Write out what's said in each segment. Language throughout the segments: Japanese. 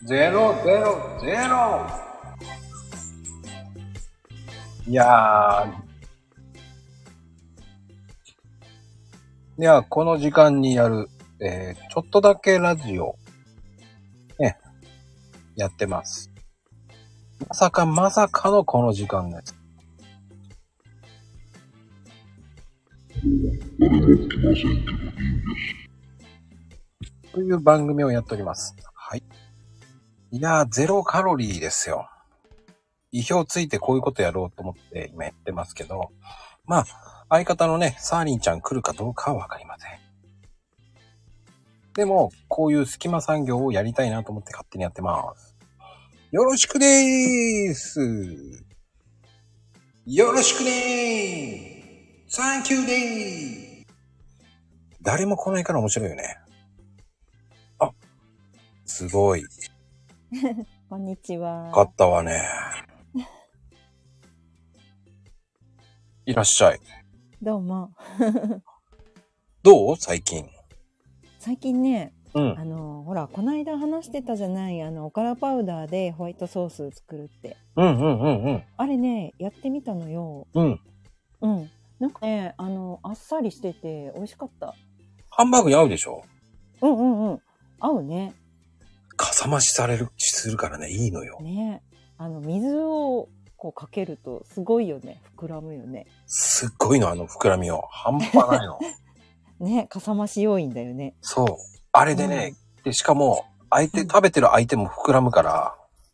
000。いやー。では、この時間にやる、ちょっとだけラジオ、ね、やってます。まさかのこの時間です。誰も来ませんけどいいんです。という番組をやっております。はい。いやー、0カロリーですよ。意表ついてこういうことやろうと思って今やってますけど、まあ、相方のね、サーリンちゃん来るかどうかはわかりません。でも、こういう隙間産業をやりたいなと思って勝手にやってます。よろしくでーす。よろしくねー。サンキューでー。誰も来ないから面白いよね。あ、すごい。 こんにちは。 勝ったわね。いらっしゃい。 どうも。 どう？最近。 最近ね、 うん。 ほら、こないだ話してたじゃない、おからパウダーでホワイトソース作るって。あれね、やってみたのよ。うん。なんかね、あっさりしてて美味しかった。 ハンバーグに合うでしょ？ 合うね。 かさ増しするからね、いいのよ。 ね。水をこうかけるとすごいよね。膨らむよね。 すっごいの、膨らみを。半端ないの。 ね、かさ増し要因だよね。 そう。あれでね、で、しかも、食べてる相手も膨らむから。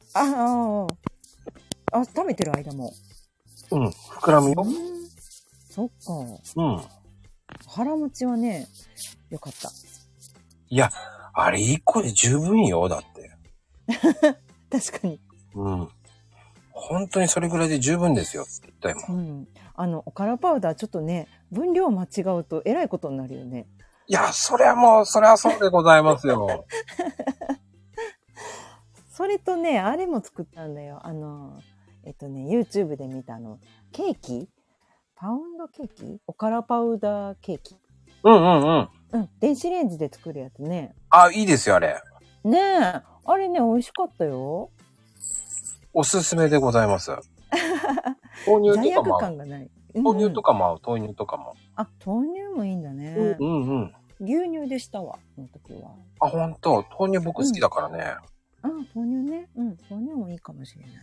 食べてる間も。 膨らむよ。 そっか。腹持ちはね、よかった。 いや、あれ1個で十分よ、だって。 確かに。 本当にそれぐらいで十分ですよって言ったよもん。 おからパウダーちょっとね、分量間違うとえらいことになるよね。 いや、それはそうでございますよ。 それとね、あれも作ったんだよ。YouTube で見たケーキ？パウンドケーキ？おからパウダーケーキ。電子レンジで作るやつね。 あ、いいですよ、あれ。 ねえ。あれね、美味しかったよ。 おすすめでございます。豆乳とかも合う。 罪悪感がない。 豆乳とかも合う、豆乳とかも。 あ、豆乳もいいんだね。牛乳でしたわ、その時は。 あ、ほんと。豆乳僕好きだからね。 豆乳ね。豆乳もいいかもしれない。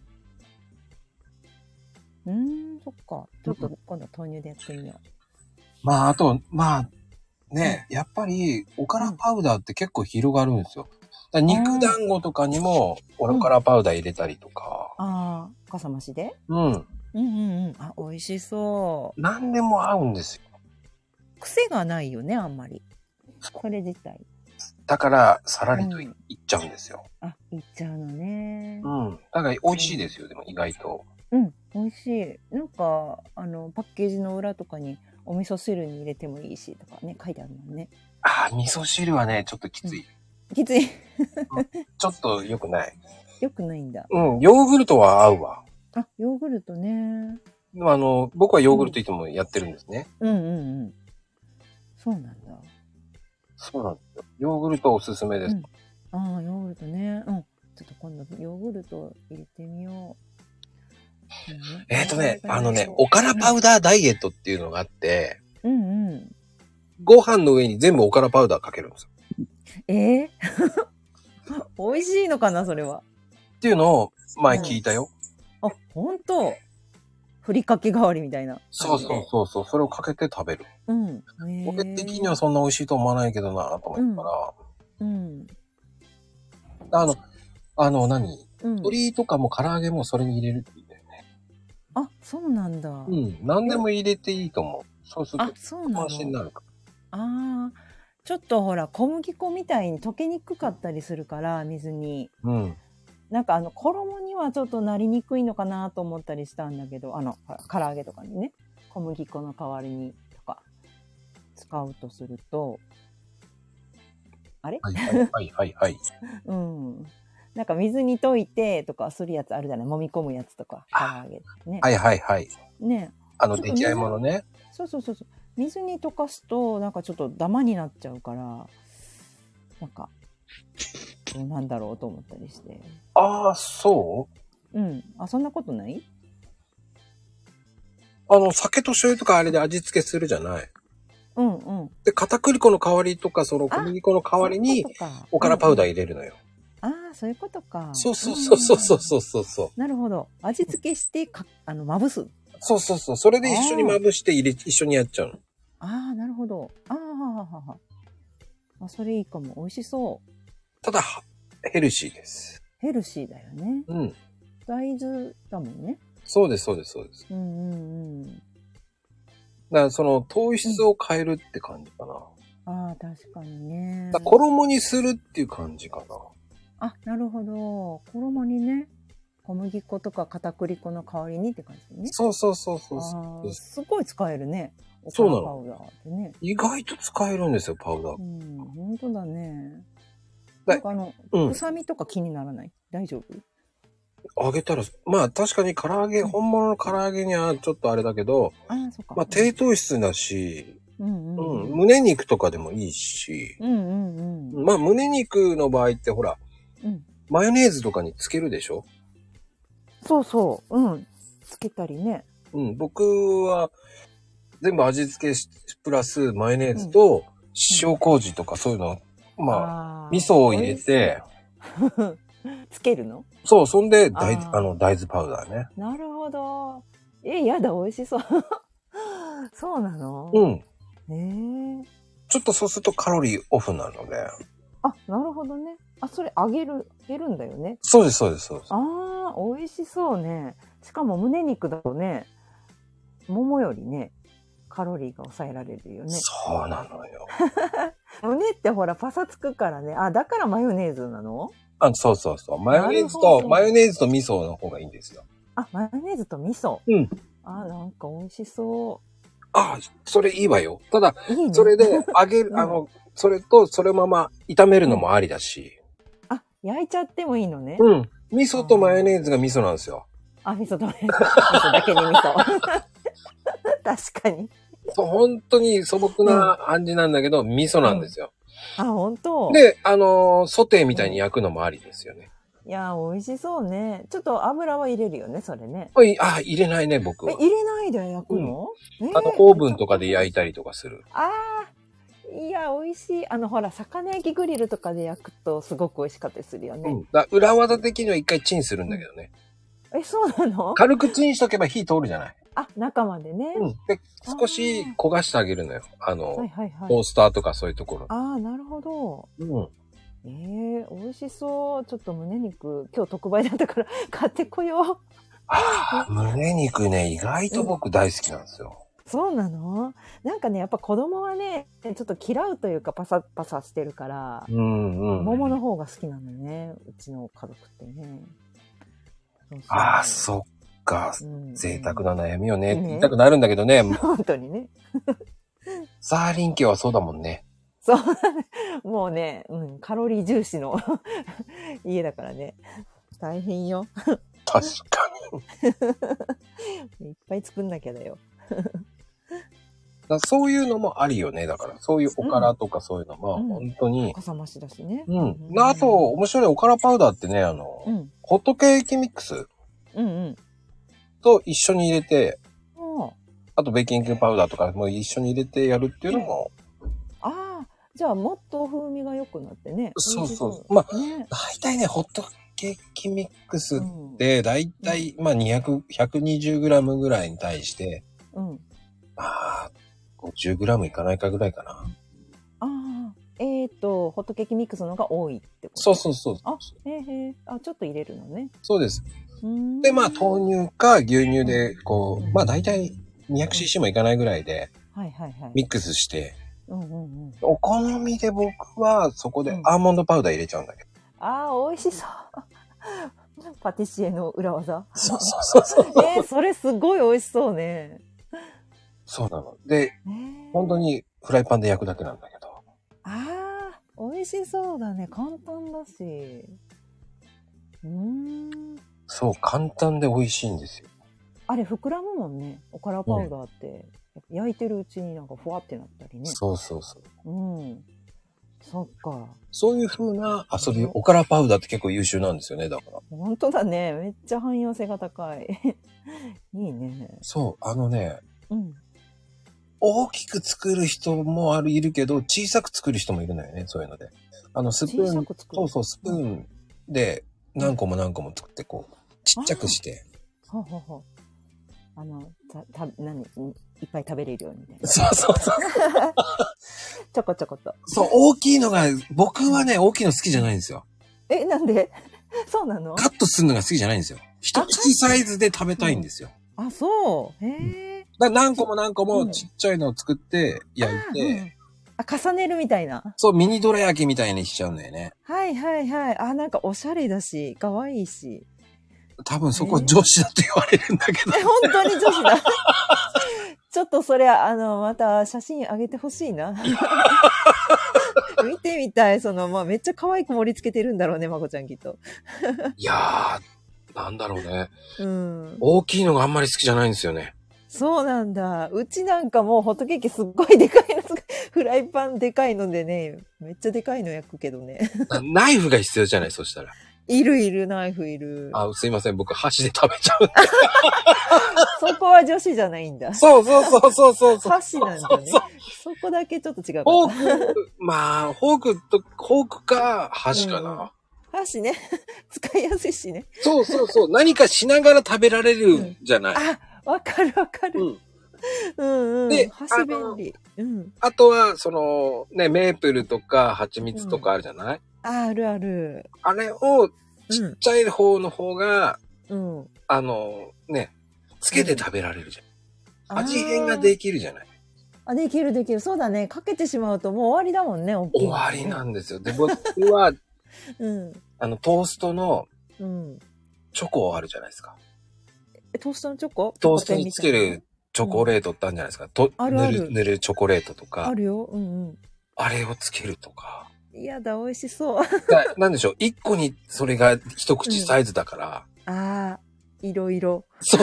そっか。ちょっと今度豆乳でやってみよう。 あと、ね、やっぱり、おからパウダーって結構広がるんですよ。肉団子とかにも、おからパウダー入れたりとか。 かさ増しで？ あ、 美味しそう。 何でも合うんですよ。 癖がないよね、あんまり。それ自体。 だから、さらりといっちゃうんですよ。 いっちゃうのね。 だから美味しいですよ、でも意外と。 美味しい。なんか、パッケージの裏とかに、お味噌汁に入れてもいいし、とかね、書いてあるもんね。 味噌汁はね、ちょっときつい。 きつい。 ちょっと良くない。 良くないんだ。 ヨーグルトは合うわ。 ヨーグルトね。 僕はヨーグルトいつもやってるんですね。 そうなんだ。 そうなんですよ。ヨーグルトおすすめです。 ヨーグルトね。ちょっと今度ヨーグルト入れてみよう。おからパウダーダイエットっていうのがあって、ご飯の上に全部おからパウダーかけるんですよ。 美味しいのかな、それは。 っていうのを前聞いたよ。 ほんと？ふりかけ代わりみたいな。 そう。それをかけて食べる。俺的にはそんな美味しいと思わないけどなと思ったら。鶏とかも唐揚げもそれに入れるって言うんだよね。 そうなんだ。 何でも入れていいと思う。そうすると、 そうなの？ 安心になるから。 ちょっとほら、小麦粉みたいに溶けにくかったりするから、水に。なんか衣にはちょっとなりにくいのかなと思ったりしたんだけど、唐揚げとかにね、小麦粉の代わりにとか使うとすると、あれ？ はい。 なんか水に溶いてとかするやつあるじゃない？揉み込むやつとか、唐揚げね。 はい。 ね。 出来合いものね。 そう。水に溶かすと、なんかちょっとダマになっちゃうから、なんか、 なんだろうと思ったりして。 ああ、そう？ うん。あ、そんなことない？ 酒と醤油とかあれで味付けするじゃない。 うんうん。 で、片栗粉の代わりとか、その小麦粉の代わりに、おからパウダー入れるのよ。 ああ、そういうことか。 そうそうそうそうそうそう。 なるほど。味付けしてまぶす。 そうそうそう。それで一緒にまぶして一緒にやっちゃうの。 ああ、なるほど。ああ、それいいかも。美味しそう。 ただ、ヘルシーです。 ヘルシーだよね。 うん。 大豆だもんね。 そうです、そうです、そうです。 うんうんうん。 だからその糖質を変えるって感じかな。 ああ、確かにね。 衣にするっていう感じかな。 あ、なるほど。衣にね、小麦粉とか片栗粉の代わりにって感じね。 そうそうそうそう。 すごい使えるね。おからパウダーってね。 意外と使えるんですよ、パウダー。 うん、本当だね。 なんか臭みとか気にならない？大丈夫？ 揚げたら、まあ確かに唐揚げ、本物の唐揚げにはちょっとあれだけど、 そっか。 まあ低糖質だし、 胸肉とかでもいいし、まあ胸肉の場合ってほら、マヨネーズとかにつけるでしょ？ そうそう、つけたりね。 僕は全部味付けプラスマヨネーズと塩麹とかそういうの、まあ、味噌を入れて、 つけるの？ そう、そんで大豆パウダーね。 なるほど。やだ、美味しそう。そうなの？ ちょっとそうするとカロリーオフなので。 あ、なるほどね。それ揚げるんだよね。 そうです、そうです、そうです。 美味しそうね。しかも胸肉だとね、桃よりね、カロリーが抑えられるよね。 そうなのよ。 胸ってほらパサつくからね。だからマヨネーズなの？ そうそうそう。マヨネーズと味噌の方がいいんですよ。 マヨネーズと味噌。なんか美味しそう。 それいいわよ。ただ、それで揚げる、それとそれまま炒めるのもありだし。 焼いちゃってもいいのね。 味噌とマヨネーズが味噌なんですよ。 味噌とマヨネーズ。味噌だけに味噌。確かに。 そう、本当に素朴な感じなんだけど、味噌なんですよ。 本当？ で、ソテーみたいに焼くのもありですよね。 いや、美味しそうね。ちょっと油は入れるよね、それね。 入れないね、僕は。 入れないで焼くの？ オーブンとかで焼いたりとかする。 いや、美味しい。ほら、魚焼きグリルとかで焼くとすごく美味しかったりするよね。 裏技的には一回チンするんだけどね。 そうなの？軽くチンしとけば火通るじゃない。 中までね。 で、少し焦がしてあげるのよ。トースターとかそういうところ。 なるほど。美味しそう。ちょっと胸肉、今日特売だったから買ってこよう。胸肉ね、意外と僕大好きなんですよ。 そうなの？なんかね、やっぱ子供はね、ちょっと嫌うというかパサパサしてるから、桃の方が好きなのね。うちの家族ってね。 そっか。贅沢な悩みをね、言いたくなるんだけどね。 本当にね。 サーリン家はそうだもんね。 そうだね。もうね、カロリー重視の家だからね。大変よ。 確かに。いっぱい作んなきゃだよ。 そういうのもありよね。だから、そういうおからとかそういうのも、本当に。 かさ増しだしね。 あと、面白いおからパウダーってね、ホットケーキミックスと一緒に入れて、あとベーキングパウダーとかも一緒に入れてやるっていうのも。 じゃあもっと風味が良くなってね。 そうそう。まあ、大体ね、ホットケーキミックスって、大体、まあ120グラムぐらいに対して、まあ、50グラムいかないかぐらいかな。 ホットケーキミックスの方が多いってこと？ そう。 ちょっと入れるのね。 そうです。で、まあ、豆乳か牛乳で、まあ大体 200cc もいかないぐらいで、ミックスして、お好みで僕はそこでアーモンドパウダー入れちゃうんだけど。 美味しそう。パティシエの裏技。 そう。 それすごい美味しそうね。 そうなの。で、本当にフライパンで焼くだけなんだけど。 美味しそうだね。簡単だし。 そう、簡単で美味しいんですよ。 あれ膨らむもんね。おからパウダーって。焼いてるうちになんかふわってなったりね。 そう。 そっか。 そういう風な遊び、おからパウダーって結構優秀なんですよね、だから。 本当だね。めっちゃ汎用性が高い。いいね。 そう、 うん。 大きく作る人もいるけど、小さく作る人もいるのよね、そういうので。スプーン、そうそう、スプーンで何個も何個も作って、こう、ちっちゃくして。 ほうほうほう。いっぱい食べれるようにみたいな。 そうそうそう。 ちょこちょこと。 そう、大きいのが、僕はね、大きいの好きじゃないんですよ。 なんでそうなの？ カットするのが好きじゃないんですよ。一口サイズで食べたいんですよ。 あ、そう。へえ。 だから何個も何個もちっちゃいのを作って焼いて、 重ねるみたいな。 そう、ミニどら焼きみたいにしちゃうんだよね。 はいはいはい。なんかおしゃれだし、可愛いし。 多分そこ女子だと言われるんだけど。 本当に女子だ。ちょっとそれまた写真あげてほしいな。見てみたい。めっちゃ可愛く盛り付けてるんだろうね、まこちゃんきっと。 いやー、なんだろうね。大きいのがあんまり好きじゃないんですよね。 そうなんだ。うちなんかもうホットケーキすっごいでかいの、フライパンでかいのでね、めっちゃでかいの焼くけどね。 ナイフが必要じゃない、そしたら。 いる、ナイフいる。 すいません、僕箸で食べちゃう。 そこは女子じゃないんだ。 そう。 箸なんだね。そこだけちょっと違うか。 フォークか箸かな。 箸ね。使いやすいしね。 そう。何かしながら食べられるじゃない。 わかる。で、箸便利。 あとは、メープルとか蜂蜜とかあるじゃない？ ある。 あれを、ちっちゃい方の方が、つけて食べられるじゃん。味変ができるじゃない。 できる。そうだね。かけてしまうともう終わりだもんね、大きい。 終わりなんですよ。で、僕は、トーストの、チョコあるじゃないですか。 トーストのチョコ？ トーストにつけるチョコレートってあるじゃないですか。塗るチョコレートとか。 あるよ。 あれをつけるとか。 やだ、美味しそう。 なんでしょう。一個にそれが一口サイズだから。 いろいろ。 そう。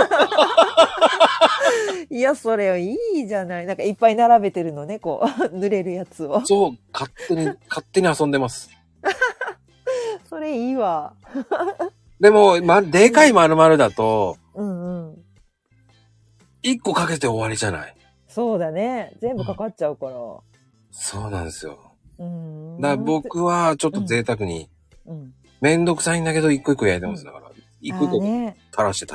いや、それいいじゃない。なんかいっぱい並べてるのね、こう、塗れるやつを。 そう、勝手に遊んでます。 それいいわ。 でも、でかい丸々だと、一個かけて終わりじゃない。 そうだね。全部かかっちゃうから。 そうなんですよ。だから僕はちょっと贅沢に、めんどくさいんだけど一個一個焼いてます。だから、一個一個垂らして。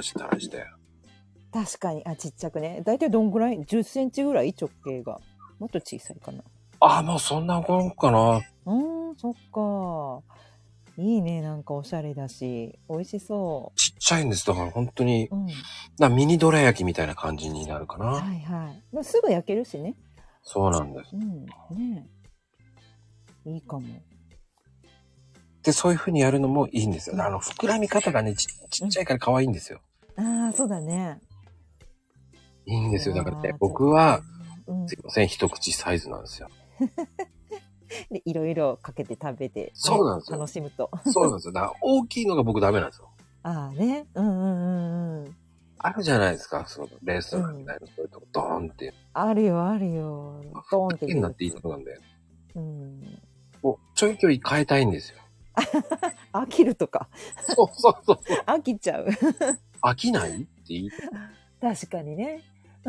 確かに。ちっちゃくね。だいたいどんぐらい ?10 センチぐらい直径が。もっと小さいかな。 もうそんなもんかな。 そっか。いいね。なんかおしゃれだし、美味しそう。 ちっちゃいんです。だから本当に、ミニどら焼きみたいな感じになるかな。 はいはい。すぐ焼けるしね。 そうなんです。 ねいいかも。 で、そういう風にやるのもいいんですよ。膨らみ方がね、ちっちゃいから可愛いんですよ。 そうだね。 いいんですよ。だからね、僕は、すいません、一口サイズなんですよ。 で、いろいろかけて食べて、 そうなんですよ。 楽しむと。 そうなんですよ。だから大きいのが僕ダメなんですよ。 ね。 あるじゃないですか、レストランみたいな、そういうとこ、ドーンって。 あるよ。 ドーンって。変になっていいとこなんで。もう、ちょいちょい変えたいんですよ。 飽きるとか。 そう。 飽きちゃう。 飽きないって言い確かにね。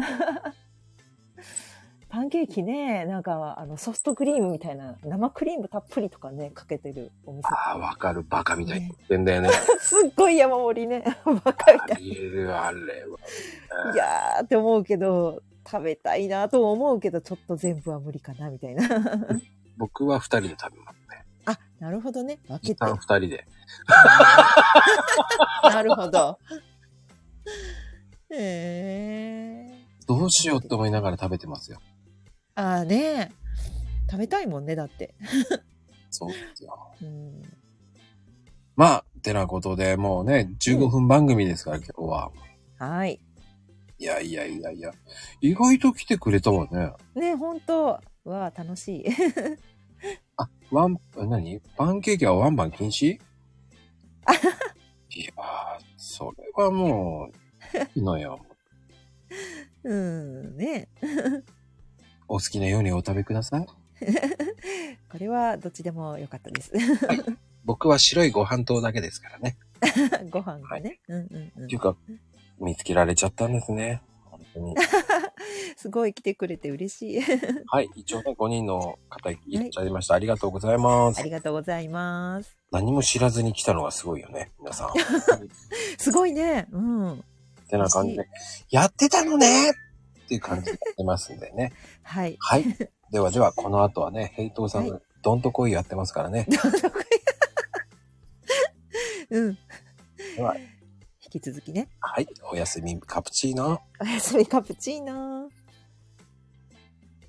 パンケーキね、なんか、ソフトクリームみたいな、生クリームたっぷりとかね、かけてるお店。 わかる。バカみたいに言ってんだよね。 すっごい山盛りね。バカみたい。 あれは。 いやーって思うけど、食べたいなと思うけど、ちょっと全部は無理かな、みたいな。 僕は2人で食べますね。 なるほどね。分けて。 2人で。 なるほど。 どうしようって思いながら食べてますよ。 ね食べたいもんね、だって。 そうですよ。てなことで、もうね、15分番組ですから、今日は。 はい。 いや。意外と来てくれたわね。 ね、ほんと。楽しい。 パンケーキはワンバン禁止？いやそれはもう、いいのよ。 ね。 お好きなようにお食べください。 これはどっちでもよかったです。 はい。僕は白いご飯糖だけですからね。 ご飯がね。 はい、っていうか、見つけられちゃったんですね。本当に。 すごい来てくれて嬉しい。 はい。一応ね、5人の方いらっしゃいました。ありがとうございます。 ありがとうございます。 何も知らずに来たのがすごいよね、皆さん。 すごいね。うん。 ってな感じで、やってたのねっていう感じでやってますんでね。 はい。 はい。ではでは、この後はね、ヘイトーさんのどんとこいやってますからね。 どんとこい。うん。 では、 引き続きね。 はい。おやすみカプチーノ。 おやすみカプチーノ。